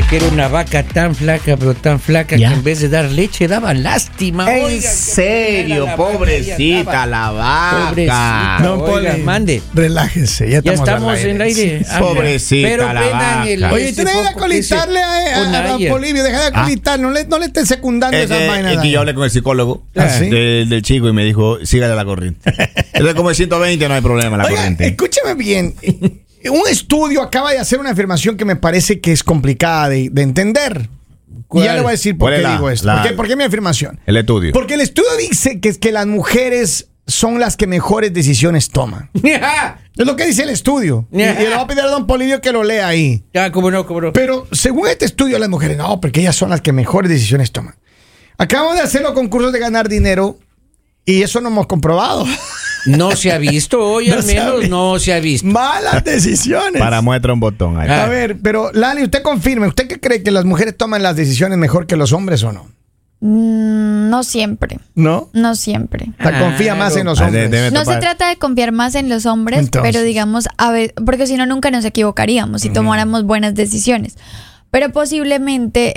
que era una vaca tan flaca, pero tan flaca que en vez de dar leche daba lástima. En Oiga, serio, pobrecita la vaca. Pobrecita, No, oiga, Poli, mande. Relájese, ya Ya estamos en el aire. Sí, pobrecita pero la prendan vaca. el- Oye, ese tú deja de foco que dice, acolitarle a Onayer. Polibio, deja de acolitar, no le estés secundando esas vainas. Es que yo hablé con el psicólogo ¿Ah, sí? del chico y me dijo, sígale la corriente. Entonces, como es 120, no hay problema la Oiga, corriente. escúchame bien. Un estudio acaba de hacer una afirmación que me parece que es complicada de entender. Y ¿Cuál? ya le voy a decir por ¿Cuál qué es digo esto. ¿Por qué mi afirmación? El estudio. Porque el estudio dice que las mujeres son las que mejores decisiones toman. Es lo que dice el estudio. Y le voy a pedir a don Polibio que lo lea ahí. Ya, cómo no, cómo no. Pero según este estudio, las mujeres, no, porque ellas son las que mejores decisiones toman. Acabamos de hacer los concursos de ganar dinero y eso no hemos comprobado. No se ha visto hoy, No al se ha menos visto. no se ha visto. Malas decisiones. Para muestra un botón ahí. A ver, pero Lali, usted confirme, ¿usted qué cree que las mujeres toman las decisiones mejor que los hombres o no? No siempre. ¿No? No siempre. O sea, confía más en los Ah, hombres. debe No se topar. trata de confiar más en los hombres, Entonces. pero digamos, a ver, porque si no nunca nos equivocaríamos si tomáramos buenas decisiones. Pero posiblemente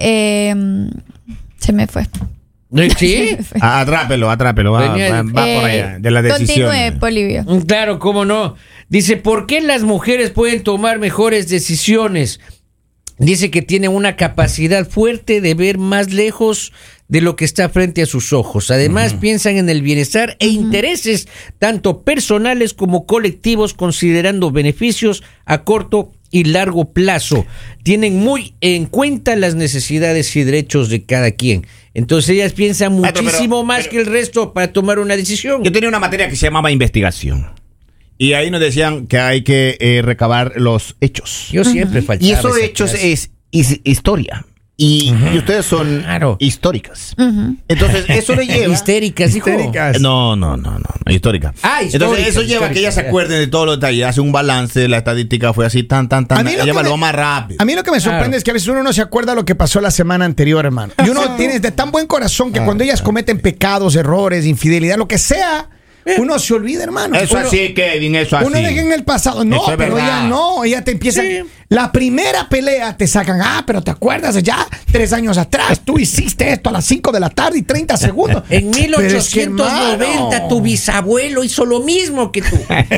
se me fue. ¿Sí? Atrápelo. Va por allá. De la decisión. Continúe, Polibio. Claro, cómo no. Dice, ¿por qué las mujeres pueden tomar mejores decisiones? Dice que tienen una capacidad fuerte de ver más lejos de lo que está frente a sus ojos. Además, piensan en el bienestar e intereses, tanto personales como colectivos, considerando beneficios a corto y largo plazo. Tienen muy en cuenta las necesidades y derechos de cada quien. Entonces ellas piensan Maestro, muchísimo más que el resto para tomar una decisión. Yo tenía una materia que se llamaba investigación. Y ahí nos decían que hay que recabar los hechos. Yo siempre faltaba. Y esos esa hechos clase. es historia. Y ustedes son Claro. históricas. Entonces, eso le lleva. Histéricas, hijo. Histéricas. No, histórica. Ah, Entonces, históricas, eso lleva a que ellas se históricas, acuerden de todos los detalles. Hace un balance, la estadística fue así, tan. A mí lo Ella que evaluó me- más rápido. A mí lo que me sorprende Claro. es que a veces uno no se acuerda lo que pasó la semana anterior, hermano. Y uno tiene de tan buen corazón que cuando ellas cometen pecados, errores, infidelidad, lo que sea, uno se olvida, hermano. Eso Uno- así, Kevin, eso así. Uno deja en el pasado. No, Eso es pero verdad. ella no. Ella te empieza. Sí. La primera pelea te sacan. Pero te acuerdas ya 3 años atrás. Tú hiciste esto a las 5 de la tarde y 30 segundos. En Pero es que, 1890 hermano. tu bisabuelo hizo lo mismo que tú.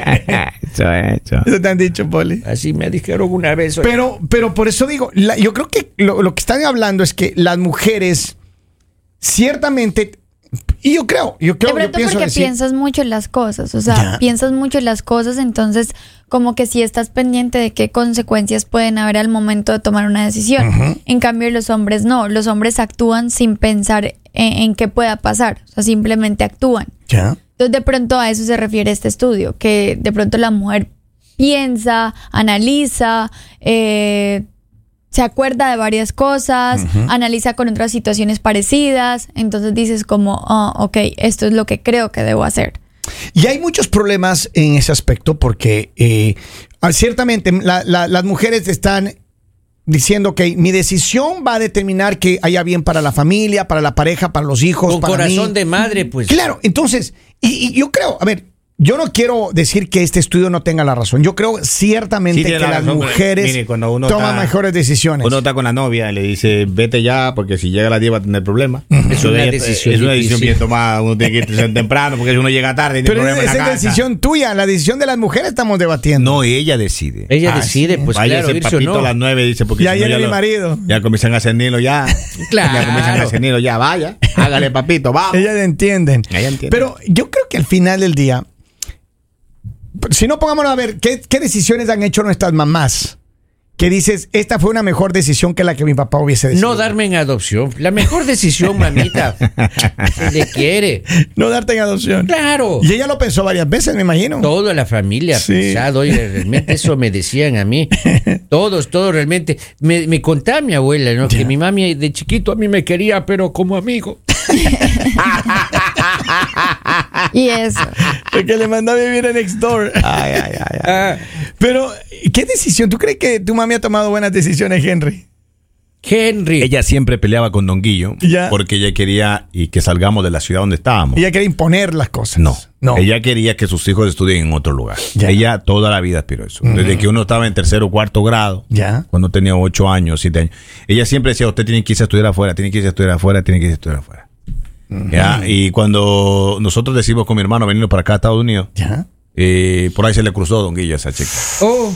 Eso Eso te han dicho, Poli. Así me dijeron una vez. oye. Pero por eso digo, yo creo que lo que están hablando es que las mujeres ciertamente, y yo creo, De pronto pienso porque decir, piensas mucho en las cosas, o sea, Ya. piensas mucho en las cosas, entonces como que sí estás pendiente de qué consecuencias pueden haber al momento de tomar una decisión. En cambio los hombres no, los hombres actúan sin pensar en qué pueda pasar, o sea, simplemente actúan. ya. Entonces de pronto a eso se refiere este estudio, que de pronto la mujer piensa, analiza, se acuerda de varias cosas, analiza con otras situaciones parecidas, entonces dices como, ok, esto es lo que creo que debo hacer. Y hay muchos problemas en ese aspecto porque ciertamente las mujeres están diciendo que mi decisión va a determinar que haya bien para la familia, para la pareja, para los hijos, Con para corazón mí. de madre, pues. Claro, entonces, y yo creo, a ver, yo no quiero decir que este estudio no tenga la razón. Yo creo ciertamente Sí, tiene que la las razón, pero, mujeres mire, cuando uno toman está- mejores decisiones. Uno está con la novia y le dice, vete ya, porque si llega a las 10 va a tener problemas. Es una decisión Es una decisión difícil. bien tomada. Uno tiene que irse temprano, porque si uno llega tarde, tiene Pero problemas en esa la es casa. decisión tuya, la decisión de las mujeres estamos debatiendo. No, ella decide. Ella decide, pues Vaya claro, ese irse o papito no. a las 9, dice, porque Ya si no, viene mi lo- marido. Ya comienzan a cenirlo ya. Claro. Ya comienzan a cenirlo ya. Vaya, hágale, papito, vamos. Ellas entienden. Ella entiende. Pero yo creo que al final del día, si no pongámonos a ver qué decisiones han hecho nuestras mamás, que dices, esta fue una mejor decisión que la que mi papá hubiese decidido. No darme en adopción. La mejor decisión, mamita. Se le quiere. No darte en adopción. Claro. Y ella lo pensó varias veces, me imagino. Toda la familia ha Sí. pensado, oye, realmente eso me decían a mí. Todos realmente. Me contaba mi abuela, ¿no? Que mi mami de chiquito a mí me quería, pero como amigo. Y eso. Porque le mandó a vivir en Next Door. Ah, Pero, ¿qué decisión? ¿Tú crees que tu mami ha tomado buenas decisiones, Henry? Henry. Ella siempre peleaba con Don Guillo Ya. porque ella quería y que salgamos de la ciudad donde estábamos. Ella quiere imponer las cosas. No. Ella quería que sus hijos estudien en otro lugar. Ya. Ella toda la vida aspiró eso. Desde que uno estaba en 3º o 4º grado, Ya. cuando tenía 8 años, 7 años. Ella siempre decía, usted tiene que irse a estudiar afuera, tiene que irse a estudiar afuera, tiene que irse a estudiar afuera. Ya. Y cuando nosotros decidimos con mi hermano venirnos para acá a Estados Unidos, Ya. por ahí se le cruzó Don Guillo a esa chica. Oh.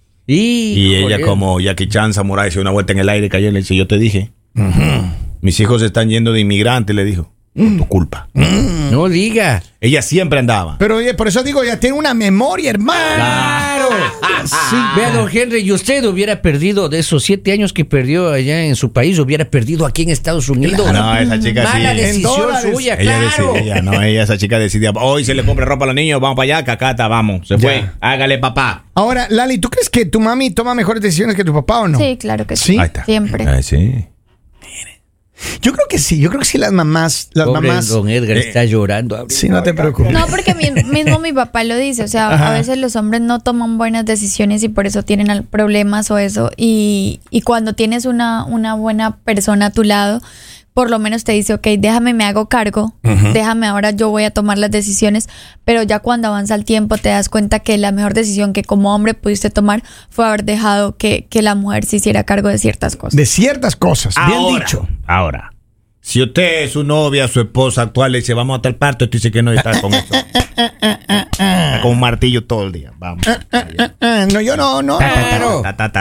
Y ella como Jackie Chan, Samurai, se dio una vuelta en el aire, cayó y le dice, yo te dije, mis hijos se están yendo de inmigrantes, le dijo, por tu culpa. No diga. Ella siempre andaba. Pero oye, por eso digo, ella tiene una memoria, hermano. ¡Claro! Sí. Vea, don Henry, y usted hubiera perdido de esos 7 años que perdió allá en su país, hubiera perdido aquí en Estados Unidos. No, esa chica Mala sí. decisión dólares. suya, Ella claro. decidía, esa chica decidía, hoy se le compra ropa a los niños, vamos para allá, cacata, vamos. Se fue, hágale papá. Ahora, Lali, ¿tú crees que tu mami toma mejores decisiones que tu papá o no? Sí, claro que ¿Sí? sí. Ahí está. Siempre. Sí. Yo creo que sí. Yo creo que sí las mamás. Pobre mamás. don Edgar está llorando ahorita. Sí, no te preocupes. No, porque mismo mi papá lo dice, o sea, a veces los hombres no toman buenas decisiones y por eso tienen problemas o eso, y cuando tienes una buena persona a tu lado, por lo menos te dice, ok, déjame, me hago cargo, déjame, ahora yo voy a tomar las decisiones, pero ya cuando avanza el tiempo te das cuenta que la mejor decisión que como hombre pudiste tomar fue haber dejado que la mujer se hiciera cargo de ciertas cosas. De ciertas cosas. Bien dicho. Ahora, si usted, su novia, su esposa actual, le dice, vamos a tal parte, usted dice que no, y está con eso. Está con un martillo todo el día. Vamos. No, yo no. Claro.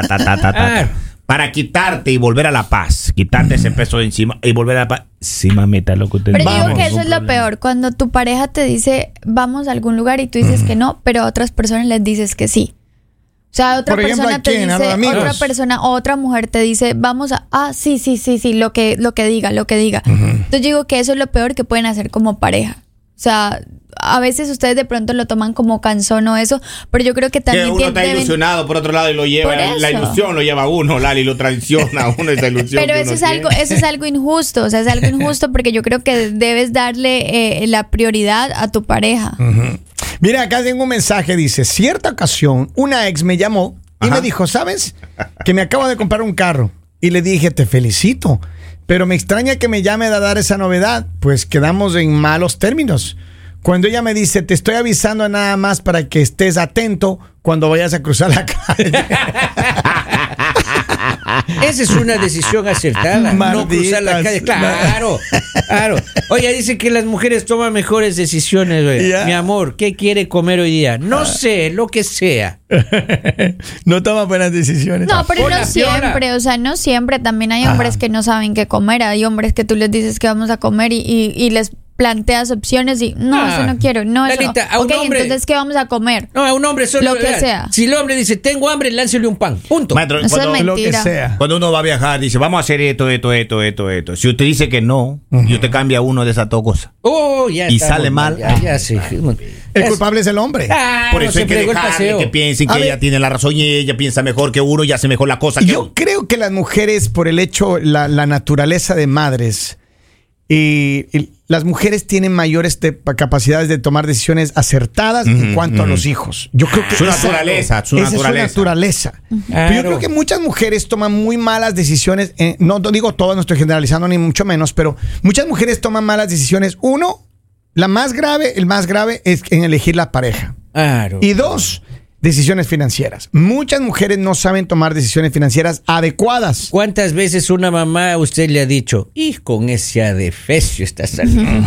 Para quitarte y volver a la paz. Quitarte ese peso de encima y volver a la paz. Sí, mamita, lo que usted Pero yo Vamos. digo que eso es lo peor, cuando tu pareja te dice vamos a algún lugar y tú dices que no, pero a otras personas les dices que sí. O sea, otra Por ejemplo, persona ¿a te quién? ¿A dice, los amigos? otra persona o otra mujer te dice, vamos a, sí, lo que diga. Entonces yo digo que eso es lo peor que pueden hacer como pareja. O sea, a veces ustedes de pronto lo toman como cansón o eso, pero yo creo que Que también uno está ilusionado por otro lado y lo lleva, Por eso. la ilusión lo lleva a uno, Lali, lo traiciona a uno esa ilusión. Pero que eso uno es algo, tiene. eso es algo injusto, o sea, es algo injusto porque yo creo que debes darle la prioridad a tu pareja. Mira, acá tengo un mensaje, dice, cierta ocasión, una ex me llamó y me dijo, ¿sabes? Que me acabo de comprar un carro. Y le dije, te felicito, pero me extraña que me llame a dar esa novedad, pues quedamos en malos términos. Cuando ella me dice, te estoy avisando nada más para que estés atento cuando vayas a cruzar la calle. Esa es una decisión acertada. No cruzar la calle. Claro. Oye, dice que las mujeres toman mejores decisiones, güey. Ya. Mi amor, ¿qué quiere comer hoy día? No sé, lo que sea. No toma buenas decisiones. No, pero Hola, no siempre, o sea, no siempre. También hay hombres que no saben qué comer. Hay hombres que tú les dices que vamos a comer y les planteas opciones y no, eso no quiero, no, eso. Lalita, a un Ok, hombre- entonces, ¿qué vamos a comer? No, a un hombre solo. Lo que sea. Si el hombre dice, tengo hambre, láncele un pan. Punto. Maestro, Eso es cuando, Lo que mentira. sea. cuando uno va a viajar, dice, vamos a hacer esto. Si usted dice que no, y usted cambia uno de esas dos cosas. Oh, ya Y estamos sale mal. Ya sí. El culpable es el hombre. Por eso hay que fregó el dejarle paseo. que piensen A que ver. ella tiene la razón y ella piensa mejor que uno y hace mejor la cosa que Yo uno. creo que las mujeres, por el hecho, la naturaleza de madres, y las mujeres tienen mayores capacidades de tomar decisiones acertadas en cuanto a los hijos. Yo creo que Su esa- naturaleza, su esa naturaleza. es su naturaleza. Pero yo Claro. creo que muchas mujeres toman muy malas decisiones. No digo todas, no estoy generalizando ni mucho menos, pero muchas mujeres toman malas decisiones. Uno, el más grave es en elegir la pareja. Claro. Y dos, decisiones financieras. Muchas mujeres no saben tomar decisiones financieras adecuadas. ¿Cuántas veces una mamá a usted le ha dicho, y con ese adefesio está saliendo?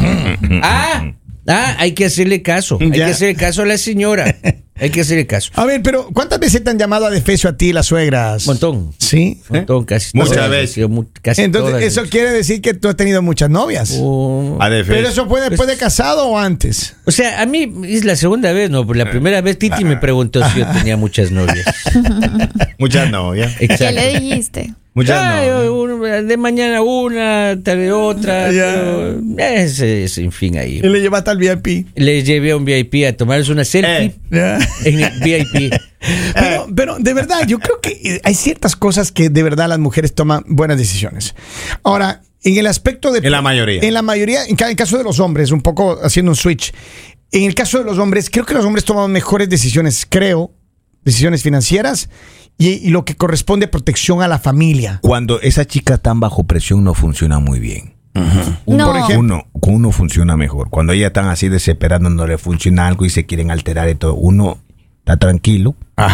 Hay que hacerle caso. Hay Ya. que hacerle caso a la señora. Hay que hacerle caso. A ver, pero ¿cuántas veces te han llamado a defecio a ti las suegras? Montón. Sí. Montón, casi Muchas todas, veces. sí, casi Entonces, todas eso veces. quiere decir que tú has tenido muchas novias. A defensa. Pero eso fue después de casado o antes. O sea, a mí es la segunda vez, ¿no? Por la primera vez Titi me preguntó si yo tenía muchas novias. Muchas novias. ¿Qué le dijiste? Muchas Ay, novias. de mañana una, tarde otra. Ya. Pero es, en fin, ahí. Y le llevaste al VIP. Le llevé a un VIP a tomarse una selfie Ya. en el VIP. Pero de verdad, yo creo que hay ciertas cosas que de verdad las mujeres toman buenas decisiones. Ahora, en el aspecto de... En la mayoría. En la mayoría, en el caso de los hombres, un poco haciendo un switch. En el caso de los hombres, creo que los hombres toman mejores decisiones, decisiones financieras y lo que corresponde protección a la familia. Cuando esas chicas están bajo presión no funciona muy bien. No. Por ejemplo, Uno funciona mejor. Cuando ellas están así desesperando, no le funciona algo y se quieren alterar y todo, uno está tranquilo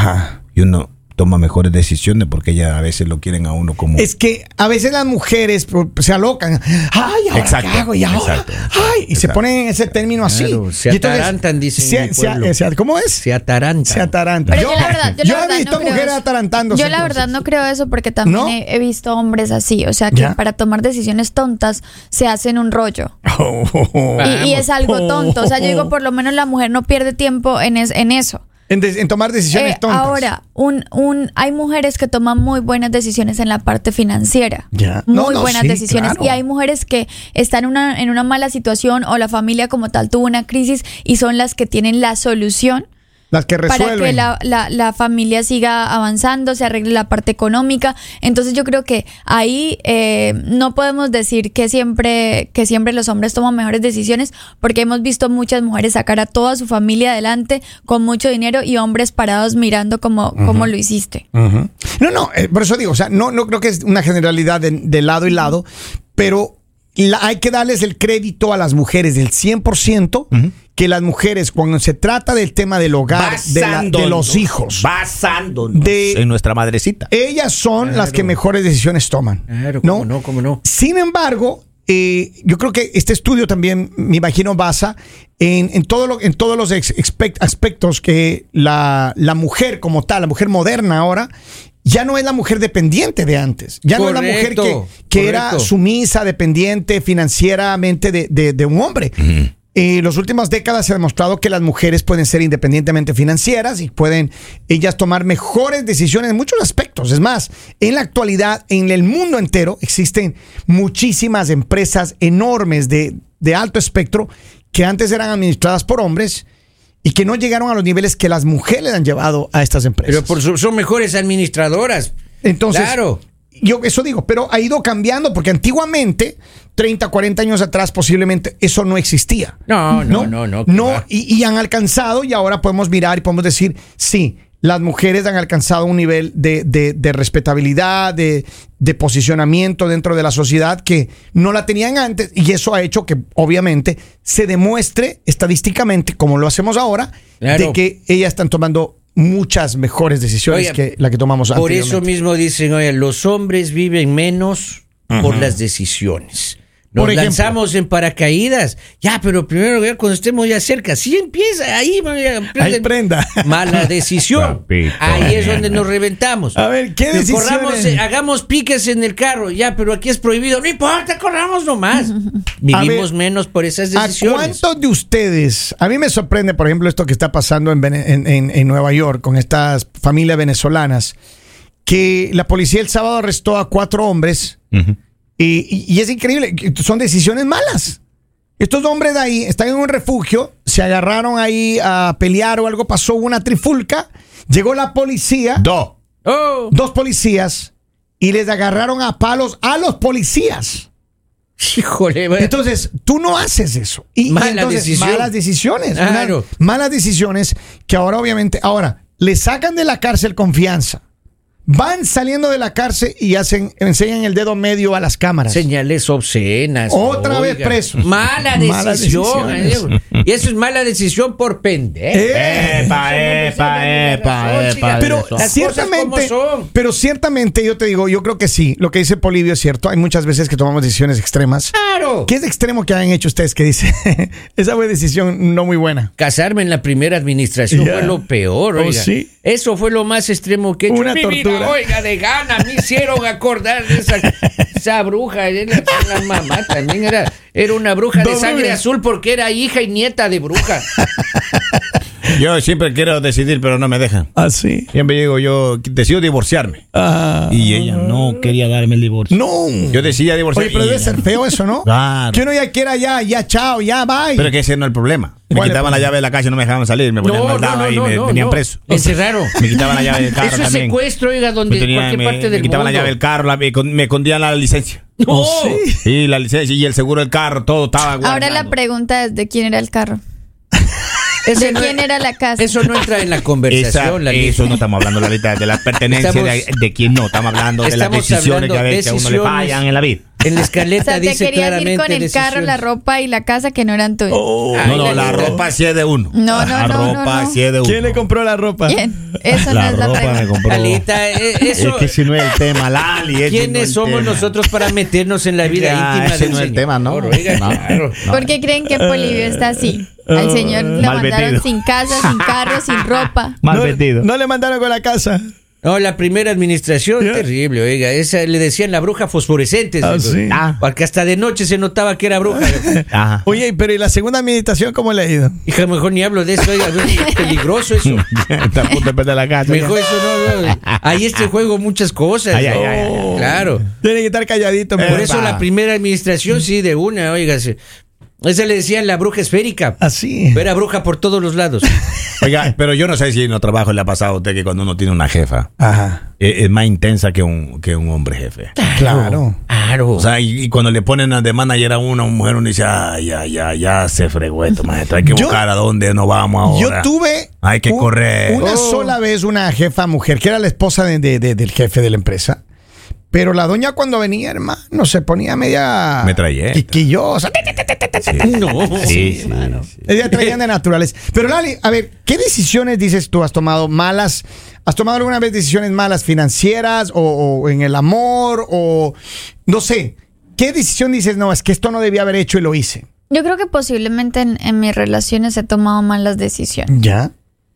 y uno toma mejores decisiones porque ellas a veces lo quieren a uno como... Es que a veces las mujeres se alocan. Ay, ¿ahora Exacto, qué hago? ¿Y ahora? exacto. Ay, y se ponen en ese término así. Claro, se Y entonces, atarantan, dicen en mi pueblo. ¿cómo es? Se atarantan. Se atarantan. Pero yo la verdad he visto no creo mujeres eso. atarantándose. Yo la verdad entonces. no creo eso porque también ¿No? he visto hombres así, o sea que ¿Ya? para tomar decisiones tontas se hacen un rollo. Oh. Y es algo tonto, o sea, yo digo por lo menos la mujer no pierde tiempo en eso. En tomar decisiones tontas. Ahora, hay mujeres que toman muy buenas decisiones en la parte financiera. Ya. Muy No, buenas sí, decisiones. claro. Y hay mujeres que están en una mala situación o la familia como tal tuvo una crisis y son las que tienen la solución Las que para resuelven. que la familia siga avanzando, se arregle la parte económica. Entonces yo creo que ahí no podemos decir que siempre los hombres toman mejores decisiones, porque hemos visto muchas mujeres sacar a toda su familia adelante con mucho dinero y hombres parados mirando cómo lo hiciste. Ujú. No, por eso digo, o sea, no creo que es una generalidad de lado y lado, pero hay que darles el crédito a las mujeres del 100%, que las mujeres, cuando se trata del tema del hogar, de los hijos, basándonos de- en nuestra madrecita. ellas son Claro. las que mejores decisiones toman. Claro, ¿no? cómo no. Sin embargo, yo creo que este estudio también, me imagino, basa en todos los aspectos que la mujer como tal, la mujer moderna ahora, ya no es la mujer dependiente de antes. Ya no es la mujer que era correcto. sumisa, dependiente financieramente de un hombre. Las últimas décadas se ha demostrado que las mujeres pueden ser independientemente financieras y pueden ellas tomar mejores decisiones en muchos aspectos. Es más, en la actualidad, en el mundo entero, existen muchísimas empresas enormes de alto espectro que antes eran administradas por hombres y que no llegaron a los niveles que las mujeres han llevado a estas empresas. Pero son mejores administradoras. Entonces, Claro. yo eso digo, pero ha ido cambiando porque antiguamente, 30, 40 años atrás, posiblemente eso no existía. No. Y han alcanzado, y ahora podemos mirar y podemos decir, sí, las mujeres han alcanzado un nivel de respetabilidad, de posicionamiento dentro de la sociedad que no la tenían antes, y eso ha hecho que obviamente se demuestre estadísticamente, como lo hacemos ahora, Claro. de que ellas están tomando muchas mejores decisiones Oiga, que la que tomamos Por anteriormente. eso mismo dicen, oye, los hombres viven menos por las decisiones. Nos Por ejemplo. lanzamos en paracaídas. Ya, pero primero ya cuando estemos ya cerca. Sí empieza, ahí. Ahí prenda. Mala decisión. Papito. Ahí es donde nos reventamos. A ver, ¿qué Pero decisiones? corramos, hagamos piques en el carro. Ya, pero aquí es prohibido. No importa, corramos nomás. Vivimos ver, menos por esas ¿A decisiones. cuántos de ustedes? A mí me sorprende, por ejemplo, esto que está pasando en Nueva York con estas familias venezolanas, que la policía el sábado arrestó a 4 hombres. Y es increíble, son decisiones malas. Estos hombres de ahí están en un refugio, se agarraron ahí a pelear o algo, pasó una trifulca, llegó la policía, Oh, 2 policías, y les agarraron a palos a los policías. híjole, bueno. Entonces, tú no haces eso. Mala decisión. Malas decisiones. Claro. Malas decisiones que ahora, obviamente, le sacan de la cárcel confianza. Van saliendo de la cárcel y enseñan el dedo medio a las cámaras. Señales obscenas. Otra vez oiga. presos. Mala Malas decisión. decisiones. Y eso es mala decisión por pendejo. Epa. Pero Las ciertamente, cosas como son. yo te digo, yo creo que sí. Lo que dice Polibio es cierto. Hay muchas veces que tomamos decisiones extremas. Claro. ¿Qué es de extremo que han hecho ustedes que dice esa fue decisión no muy buena? Casarme en la primera administración Ya. fue lo peor, Oh, oiga. sí. Eso fue lo más extremo que he hecho Una en mi tortura. vida, oiga, de gana. Me hicieron acordar de esa bruja. La mamá también era una bruja de Doble. sangre azul porque era hija y nieta de bruja. Yo siempre quiero decidir, pero no me dejan. Ah, sí. Siempre digo, yo decido divorciarme. Y ella no quería darme el divorcio. No. Yo decidía divorciarme. Oye, pero y debe ella ser feo eso, ¿no? Claro. Que uno ya quiera ya, chao, ya, bye. Pero que ese no es el problema. Me ¿Cuál es el quitaban la problema? llave de la casa y no me dejaban salir. Me ponían maldado ahí y me tenían preso. Encerraron. Me quitaban la llave del carro Eso es también. secuestro, oiga, donde cualquier parte me del quitaban mundo. la llave del carro, me escondían la licencia. No. Oh, sí. Sí, la licencia y el seguro del carro, todo estaba guardado. Ahora la pregunta es de quién era el carro. ¿De quién era la casa? Eso no entra en la conversación, eso no estamos hablando ahorita de la pertenencia de quién no, estamos hablando de las decisiones que a veces a uno le fallan en la vida. En la escaleta o sea, dice te querías ir con el decisiones. carro, la ropa y la casa que no eran tuyas. La ropa sí es de uno. La ropa sí es de uno. ¿Quién le compró la ropa? ¿Quién? Eso no es la ropa regla. me compró. Lalita, eso, es que si no es el tema, Lali. ¿quiénes somos nosotros para meternos en la vida íntima ese del no es el señor? tema, ¿no? Oiga, No, claro. no. ¿Por qué creen que Polibio está así? Al señor lo Mal mandaron vestido. sin casa, sin carro, sin ropa. Mal vestido. No le mandaron con la casa. No, la primera administración, terrible, oiga, esa le decían la bruja fosforescente. Sí. Porque hasta de noche se notaba que era bruja. Ajá. Oye, pero ¿y la segunda administración cómo le ha ido? Hija, mejor ni hablo de eso, oiga, es peligroso eso. Está a punto de perder la casa. Mejor eso no. Ahí juego muchas cosas. Ay, ¿no? ay, ay, ay. Claro. Tiene que estar calladito. Por mejor. eso la primera administración, sí, de una, oiga. Esa le decían la bruja esférica. Así. Era bruja por todos los lados. Oiga, pero yo no sé si en los trabajos le ha pasado a usted que cuando uno tiene una jefa, Ajá. es más intensa que un hombre jefe. Claro. Claro. O sea, y cuando le ponen de manager a una mujer, uno dice, ya se fregó esto, maestro. Hay que buscar a dónde nos vamos ahora. Yo tuve Hay que correr. una sola vez una jefa mujer, que era la esposa del jefe de la empresa. Pero la doña cuando venía, hermano, se ponía media Metralleta. quisquillosa. No. Sí. Ella traían de naturales. Pero Lali, a ver, ¿qué decisiones dices tú has tomado malas? ¿Has tomado alguna vez decisiones malas financieras o en el amor o no sé? ¿Qué decisión dices, no, es que esto no debía haber hecho y lo hice? Yo creo que posiblemente en mis relaciones he tomado malas decisiones. ¿Ya?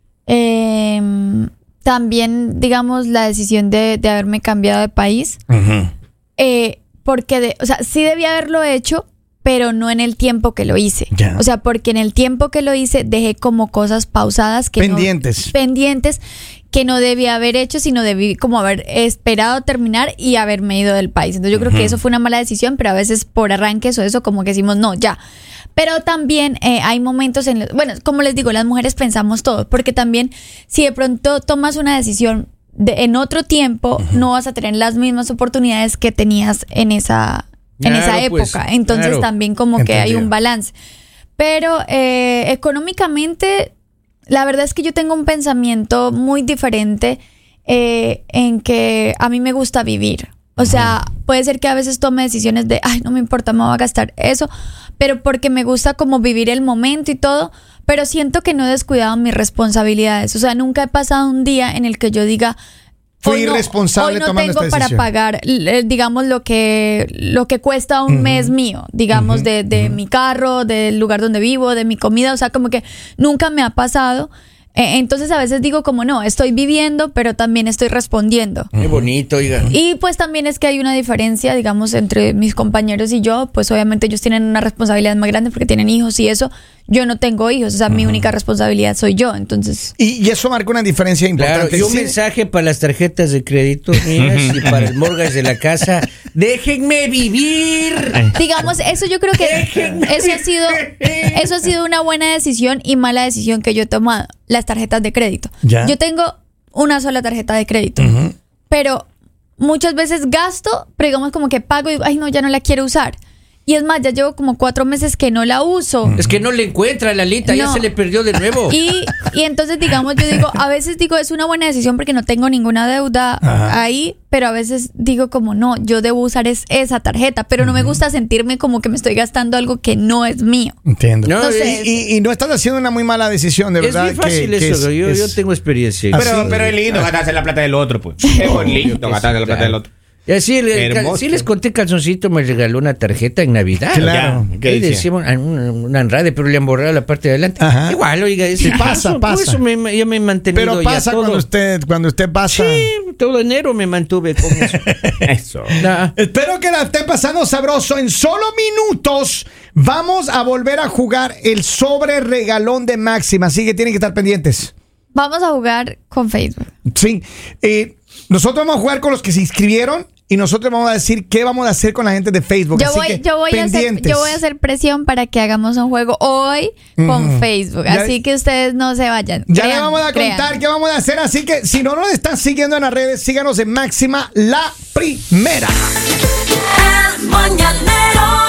También, digamos, la decisión de haberme cambiado de país. Uh-huh. Porque, o sea, sí debía haberlo hecho, pero no en el tiempo que lo hice. Ya. O sea, porque en el tiempo que lo hice dejé como cosas pausadas que Pendientes. pendientes que no debía haber hecho, sino debí como haber esperado terminar y haberme ido del país. Entonces yo creo que eso fue una mala decisión, pero a veces por arranques o eso como que decimos no, ya. Pero también hay momentos en los, bueno, como les digo, las mujeres pensamos todo, porque también si de pronto tomas una decisión en otro tiempo, no vas a tener las mismas oportunidades que tenías en esa época. Pues, Entonces claro. también como que hay Entendido. un balance. Pero económicamente, la verdad es que yo tengo un pensamiento muy diferente en que a mí me gusta vivir. O sea, puede ser que a veces tome decisiones de, ay, no me importa, me voy a gastar eso, pero porque me gusta como vivir el momento y todo, pero siento que no he descuidado mis responsabilidades. O sea, nunca he pasado un día en el que yo diga, Fui irresponsable hoy no tomando tengo esta para decisión. pagar, digamos, lo que cuesta un mes mío, digamos, de mi carro, del lugar donde vivo, de mi comida. O sea, como que nunca me ha pasado. Entonces a veces digo como no, estoy viviendo, pero también estoy respondiendo. Qué bonito, oiga. Y pues también es que hay una diferencia, digamos, entre mis compañeros y yo. Pues obviamente ellos tienen una responsabilidad más grande porque tienen hijos y eso. Yo no tengo hijos, o sea, mi única responsabilidad soy yo, entonces... Y eso marca una diferencia Claro, importante. y un Sí. mensaje para las tarjetas de crédito mías y para el mortgage de la casa. ¡Déjenme vivir! Digamos, eso yo creo que eso ha sido una buena decisión y mala decisión que yo he tomado, las tarjetas de crédito. Ya. Yo tengo una sola tarjeta de crédito, pero muchas veces gasto, pero digamos como que pago y digo, ay no, ya no la quiero usar. Y es más, ya llevo como 4 meses que no la uso. Es que no le encuentra a Lalita, ya No. se le perdió de nuevo. Y entonces, digamos, yo digo, a veces digo, es una buena decisión porque no tengo ninguna deuda ahí, pero a veces digo como, no, yo debo usar esa tarjeta, pero no me gusta sentirme como que me estoy gastando algo que no es mío. Entiendo. No, Entonces- Y no estás haciendo una muy mala decisión, de es verdad. bien fácil que eso, yo tengo experiencia. Pero es lindo gastarse la plata del otro, pues. Es muy lindo gastarse la plata del otro. Y así, Hermoso. sí les conté, Calzoncito me regaló una tarjeta en Navidad. Claro. Ya, ¿qué Ahí decía? decíamos una enrade, pero le han borrado la parte de adelante. Ajá. Igual, oiga, Sí, pasa. Por eso ya me he mantenido Pero ya pasa todo. cuando usted pasa. Sí, todo enero me mantuve con eso. Eso. Nah. Espero que la esté pasando sabroso. En solo minutos vamos a volver a jugar el sobre regalón de Máxima. Así que tienen que estar pendientes. Vamos a jugar con Facebook. Sí. Nosotros vamos a jugar con los que se inscribieron y nosotros vamos a decir qué vamos a hacer con la gente de Facebook. Yo Así voy, que yo voy a hacer presión para que hagamos un juego hoy con Facebook. Ya- Así que ustedes no se vayan. Ya le Créanme, vamos a contar créanme. qué vamos a hacer. Así que si no nos están siguiendo en las redes, síganos en Máxima la Primera. El Mañanero